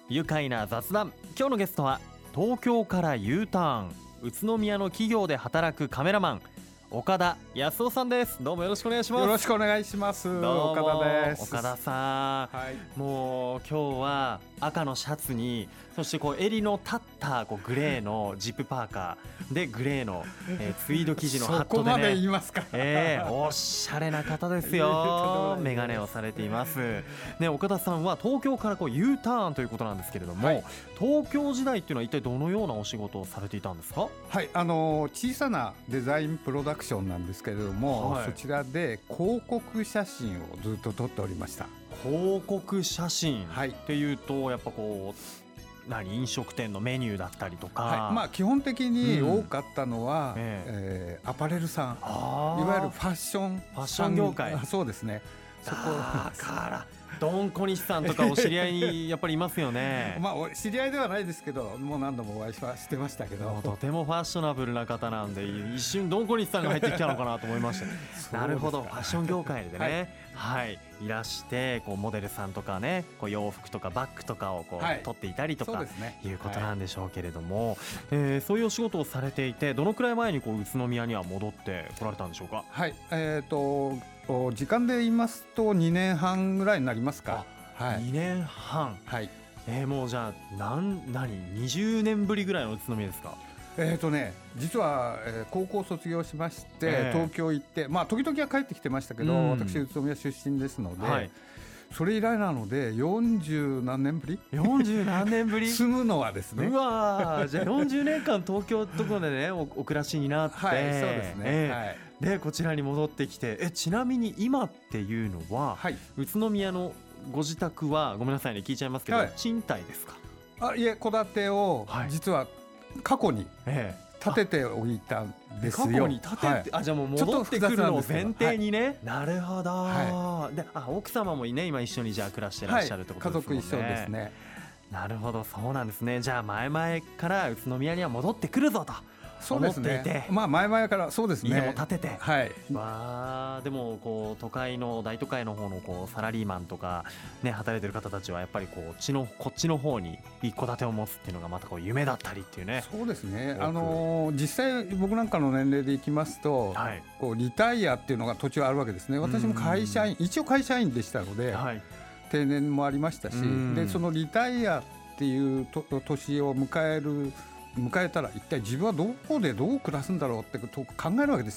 愉快な雑談。今日のゲストは東京から U ターン、宇都宮の企業で働くカメラマン、岡田康夫さんです。どうもよろしくお願いします。 よろしくお願いします。 どうも岡田です。 岡田さん、 はい、 もう今日は赤のシャツに、そして襟の立ったグレーのジップパーカーでグレーの、ツイード生地のハットでね、 そこまで言いますか。 おしゃれな方ですよ。メガネをされています、ね。岡田さんは東京から U ターンということなんですけれども、はい、東京時代っていうのは一体どのようなお仕事をされていたんですか？ はい、小さなデザインプロダクションなんですけれども、はい、そちらで広告写真をずっと撮っておりました。 広告写真っていうと、やっぱ飲食店のメニューだったりとか、 はい、基本的に多かったのは、アパレルさん、いわゆるファッション業界。そうですね。そこからドン小西さんとかお知り合いにやっぱりいますよね。 知り合いではないですけど、もう何度もお会いしてましたけど、 とてもファッショナブルな方なんで、一瞬ドン小西さんが入ってきたのかなと思いましたなるほど、ファッション業界でね、はい、いらしてモデルさんとかね、洋服とかバッグとかを撮っていたりとか、いうことなんでしょうけれども、そういうお仕事をされていて、どのくらい前に宇都宮には戻ってこられたんでしょうか？ はい、時間で言いますと2年半ぐらいになりますか。 はい、2年半、 はい、 もうじゃあ20年ぶりぐらいの宇都宮ですか？ 実は、高校卒業しまして、東京行って、時々は帰ってきてましたけど、私宇都宮出身ですので、はい、それ以来なので40何年ぶり 40何年ぶり住むのはですね。 うわ、じゃあ40年間東京とこでねお暮らしになって、 はい、そうですね、はい、 でこちらに戻ってきて、ちなみに今っていうのは、はい、宇都宮のご自宅は、ごめんなさいね聞いちゃいますけど、はい、賃貸ですか？ いえ、戸建てを実は過去に建てておいたんですよ。 過去に建てて、はい、じゃあもう戻ってくるのを前提にね、はい、なるほど、はい、で奥様もね今一緒にじゃあ暮らしてらっしゃるってことですもんね。 家族一緒ですね。 なるほど、そうなんですね。じゃあ前々から宇都宮には戻ってくるぞと思っていて、 前々からそうですね、 家も建てて、 はい、 でも都会の大都会の方のサラリーマンとか、ね、働いてる方たちはやっぱりこっちの方に一戸建てを持つっていうのがまた夢だったりっていうね。 そうですね、実際僕なんかの年齢でいきますと、はい、リタイアっていうのが途中あるわけですね。私も会社員、一応会社員でしたので、はい、定年もありましたし、でそのリタイアっていう年を迎えたら、一体自分はどこでどう暮らすんだろうってことを考えるわけです